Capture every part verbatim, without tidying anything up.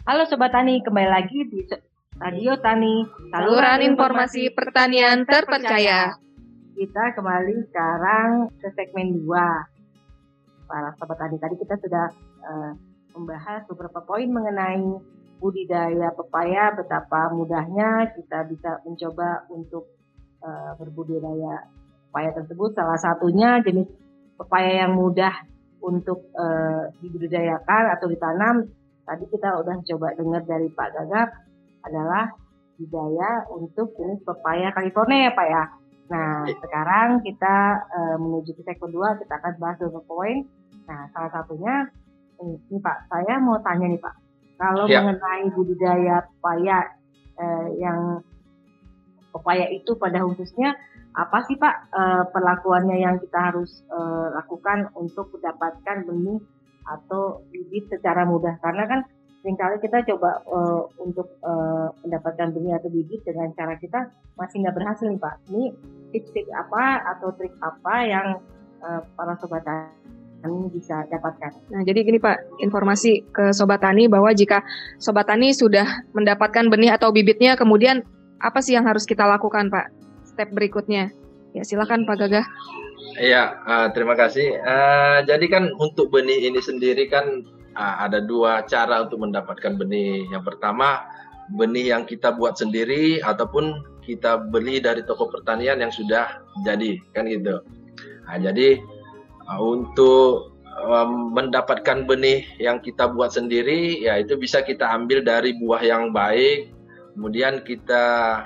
Halo Sobat Tani, kembali lagi di Radio Tani, saluran informasi pertanian terpercaya. Kita kembali sekarang ke segmen dua. Para Sobat Tani, tadi kita sudah uh, membahas beberapa poin mengenai budidaya pepaya, betapa mudahnya kita bisa mencoba untuk uh, berbudidaya pepaya tersebut. Salah satunya jenis pepaya yang mudah untuk uh, dibudidayakan atau ditanam. Tadi kita udah coba dengar dari Pak Gagap adalah budidaya untuk jenis pepaya California ya Pak ya. Nah sekarang kita uh, menuju ke segmen kedua, kita akan bahas beberapa poin. Nah salah satunya ini, ini Pak, saya mau tanya nih Pak, kalau ya. mengenai budidaya pepaya eh, yang pepaya itu pada khususnya apa sih Pak eh, perlakuannya yang kita harus eh, lakukan untuk mendapatkan benih atau bibit secara mudah, karena kan seringkali kita coba uh, untuk uh, mendapatkan benih atau bibit dengan cara kita masih nggak berhasil nih Pak. Ini tips-tips apa atau trik apa yang uh, para Sobat Tani bisa dapatkan? Nah jadi gini Pak, informasi ke Sobat Tani bahwa jika Sobat Tani sudah mendapatkan benih atau bibitnya, kemudian apa sih yang harus kita lakukan Pak? Step berikutnya. Ya silakan Pak Gagah. Iya, uh, terima kasih. Uh, jadi kan untuk benih ini sendiri kan uh, ada dua cara untuk mendapatkan benih. Yang pertama, benih yang kita buat sendiri ataupun kita beli dari toko pertanian yang sudah jadi, kan gitu. Nah, jadi uh, untuk um, mendapatkan benih yang kita buat sendiri, ya itu bisa kita ambil dari buah yang baik, kemudian kita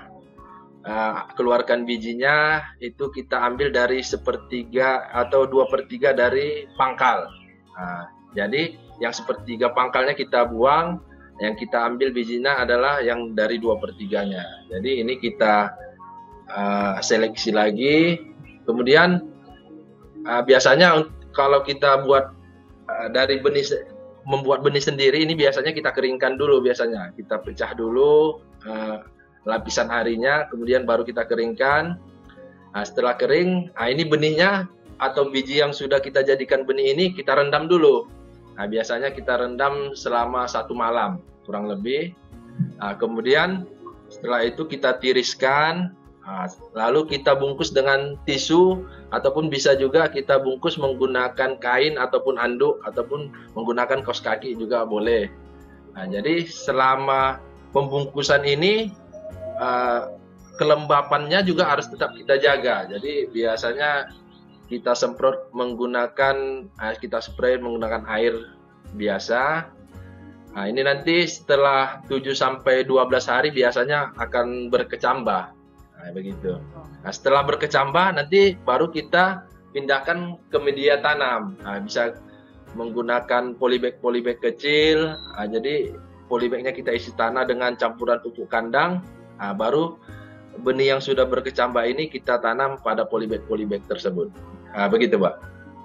Uh, keluarkan bijinya, itu kita ambil dari sepertiga atau dua per tiga dari pangkal. Nah, jadi yang sepertiga pangkalnya kita buang, yang kita ambil bijinya adalah yang dari dua per tiganya. Jadi ini kita uh, seleksi lagi. Kemudian uh, biasanya kalau kita buat uh, dari benih, membuat benih sendiri, ini biasanya kita keringkan dulu biasanya. Kita pecah dulu uh, lapisan harinya, kemudian baru kita keringkan. Nah, setelah kering, nah ini benihnya atau biji yang sudah kita jadikan benih ini kita rendam dulu. Nah, biasanya kita rendam selama satu malam kurang lebih. Nah, kemudian setelah itu kita tiriskan, nah, lalu kita bungkus dengan tisu ataupun bisa juga kita bungkus menggunakan kain ataupun anduk ataupun menggunakan kaos kaki juga boleh. Nah, jadi selama pembungkusan ini Uh, kelembapannya juga harus tetap kita jaga. Jadi biasanya kita semprot menggunakan uh, kita spray menggunakan air biasa. Nah, ini nanti setelah tujuh sampai dua belas hari biasanya akan berkecambah. Nah, begitu. Nah, setelah berkecambah nanti baru kita pindahkan ke media tanam. Nah, bisa menggunakan polybag polybag kecil. Nah, jadi polybagnya kita isi tanah dengan campuran pupuk kandang. Nah, baru benih yang sudah berkecambah ini kita tanam pada polybag-polybag tersebut. Nah, begitu, Pak.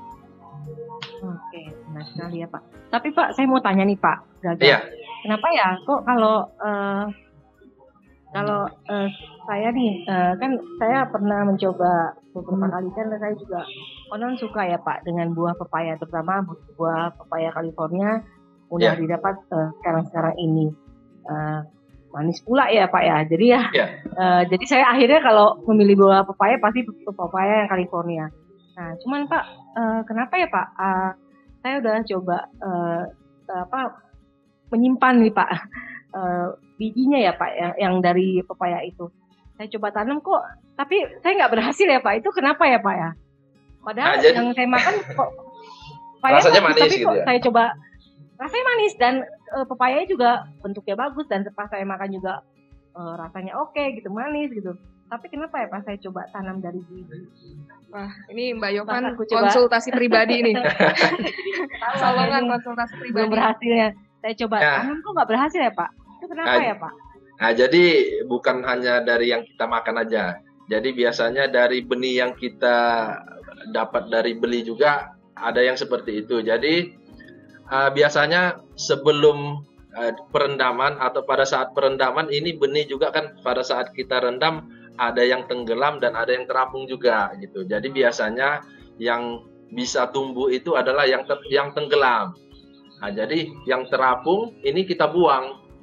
Oke, benar sekali ya, Pak. Tapi Pak, saya mau tanya nih, Pak. Gagal. Iya. Kenapa ya? Kok kalau uh, kalau uh, saya nih, uh, kan saya pernah mencoba beberapa hmm. kali, kan saya juga konon suka ya, Pak, dengan buah pepaya, terutama buah pepaya California mudah yeah. didapat uh, sekarang-sekarang ini. Uh, manis pula ya Pak ya, jadi ya, yeah. uh, jadi saya akhirnya kalau memilih buah pepaya pasti pepaya yang California. Nah, cuman Pak, uh, kenapa ya Pak? Uh, saya udah coba uh, apa menyimpan nih Pak uh, bijinya ya Pak, yang, yang dari pepaya itu. Saya coba tanam kok, tapi saya nggak berhasil ya Pak. Itu kenapa ya Pak ya? Padahal nah, jadi, yang saya makan kok pepaya rasanya manis, tapi gitu kok ya? Saya coba rasanya manis dan uh, pepayanya juga bentuknya bagus dan pas saya makan juga uh, rasanya oke okay, gitu, manis gitu. Tapi kenapa ya pas saya coba tanam dari biji? Wah, ini Mbak Yovan konsultasi pribadi nih. Salongan konsultasi pribadi. Belum berhasilnya. Saya coba ya. Tanam kok nggak berhasil ya Pak? Itu kenapa nah, ya Pak? Nah, jadi bukan hanya dari yang kita makan aja. Jadi biasanya dari benih yang kita dapat dari beli juga ada yang seperti itu. Jadi Uh, biasanya sebelum uh, perendaman atau pada saat perendaman ini benih juga kan pada saat kita rendam ada yang tenggelam dan ada yang terapung juga gitu. Jadi biasanya yang bisa tumbuh itu adalah yang ter, yang tenggelam. Nah, jadi yang terapung ini kita buang.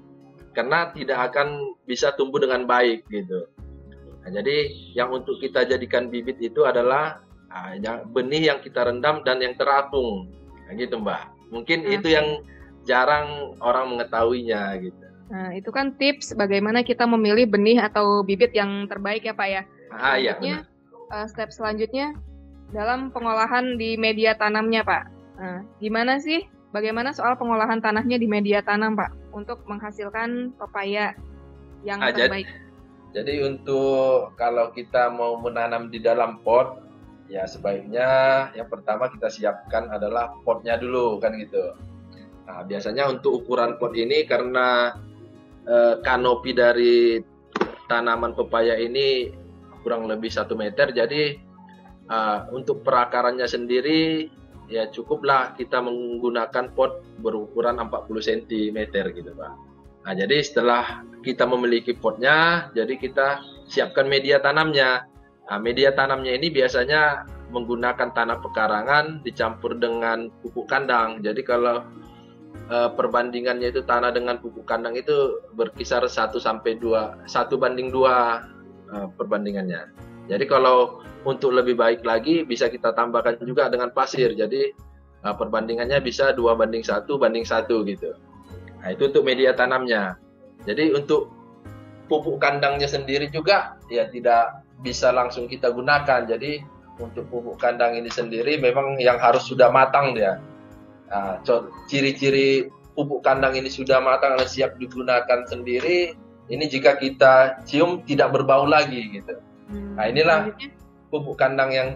karena tidak akan bisa tumbuh dengan baik gitu. Nah, jadi yang untuk kita jadikan bibit itu adalah ah, yang benih yang kita rendam dan yang terapung, nah, gitu Mbak. Mungkin Nah, itu yang jarang orang mengetahuinya gitu. Nah, itu kan tips bagaimana kita memilih benih atau bibit yang terbaik ya Pak ya. Ah iya Selanjutnya, benar. eh, step selanjutnya dalam pengolahan di media tanamnya Pak. Nah, gimana sih? Bagaimana soal pengolahan tanahnya di media tanam Pak untuk menghasilkan pepaya yang Ah, jadi, terbaik? jadi untuk kalau kita mau menanam di dalam pot, ya sebaiknya yang pertama kita siapkan adalah potnya dulu kan gitu. Nah, biasanya untuk ukuran pot ini karena eh, kanopi dari tanaman pepaya ini kurang lebih satu meter, jadi eh, untuk perakarannya sendiri ya cukuplah kita menggunakan pot berukuran empat puluh sentimeter gitu Pak. Nah, jadi setelah kita memiliki potnya, jadi kita siapkan media tanamnya. Nah, media tanamnya ini biasanya menggunakan tanah pekarangan dicampur dengan pupuk kandang. Jadi kalau eh, perbandingannya itu tanah dengan pupuk kandang itu berkisar satu sampai dua, satu banding dua eh, perbandingannya. Jadi kalau untuk lebih baik lagi bisa kita tambahkan juga dengan pasir. Jadi eh, perbandingannya bisa dua banding satu banding satu gitu. Nah, itu untuk media tanamnya. Jadi untuk pupuk kandangnya sendiri juga ya tidak bisa langsung kita gunakan. Jadi untuk pupuk kandang ini sendiri memang yang harus sudah matang dia. Nah, ciri-ciri pupuk kandang ini sudah matang dan siap digunakan sendiri. Ini jika kita cium tidak berbau lagi gitu. Nah, inilah pupuk kandang yang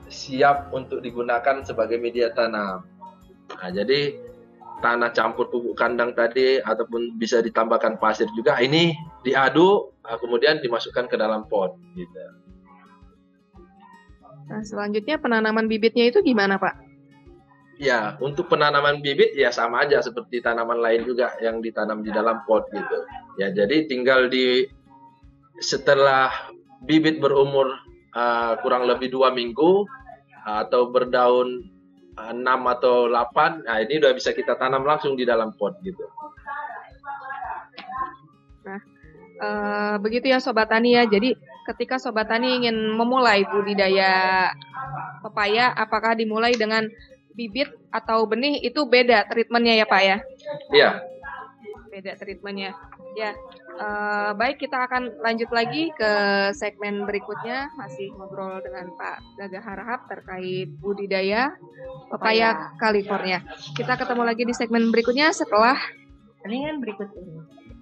siap untuk digunakan sebagai media tanam. Nah, jadi tanah campur pupuk kandang tadi ataupun bisa ditambahkan pasir juga, ini diaduk kemudian dimasukkan ke dalam pot gitu. Nah, selanjutnya penanaman bibitnya itu gimana Pak? Ya, untuk penanaman bibit ya sama aja seperti tanaman lain juga yang ditanam di dalam pot gitu. Ya, jadi tinggal di setelah bibit berumur uh, kurang lebih dua minggu uh, atau berdaun enam atau delapan, nah ini udah bisa kita tanam langsung di dalam pot gitu. Nah, uh, begitu ya Sobat Tani ya. Jadi ketika Sobat Tani ingin memulai budidaya pepaya, apakah dimulai dengan bibit atau benih itu beda treatmentnya ya Pak ya? Iya. Beda treatmentnya. Ya, uh, baik kita akan lanjut lagi ke segmen berikutnya, masih ngobrol dengan Pak Gagah Harahap terkait budidaya pepaya California. Kita ketemu lagi di segmen berikutnya setelah Dengan berikut ini.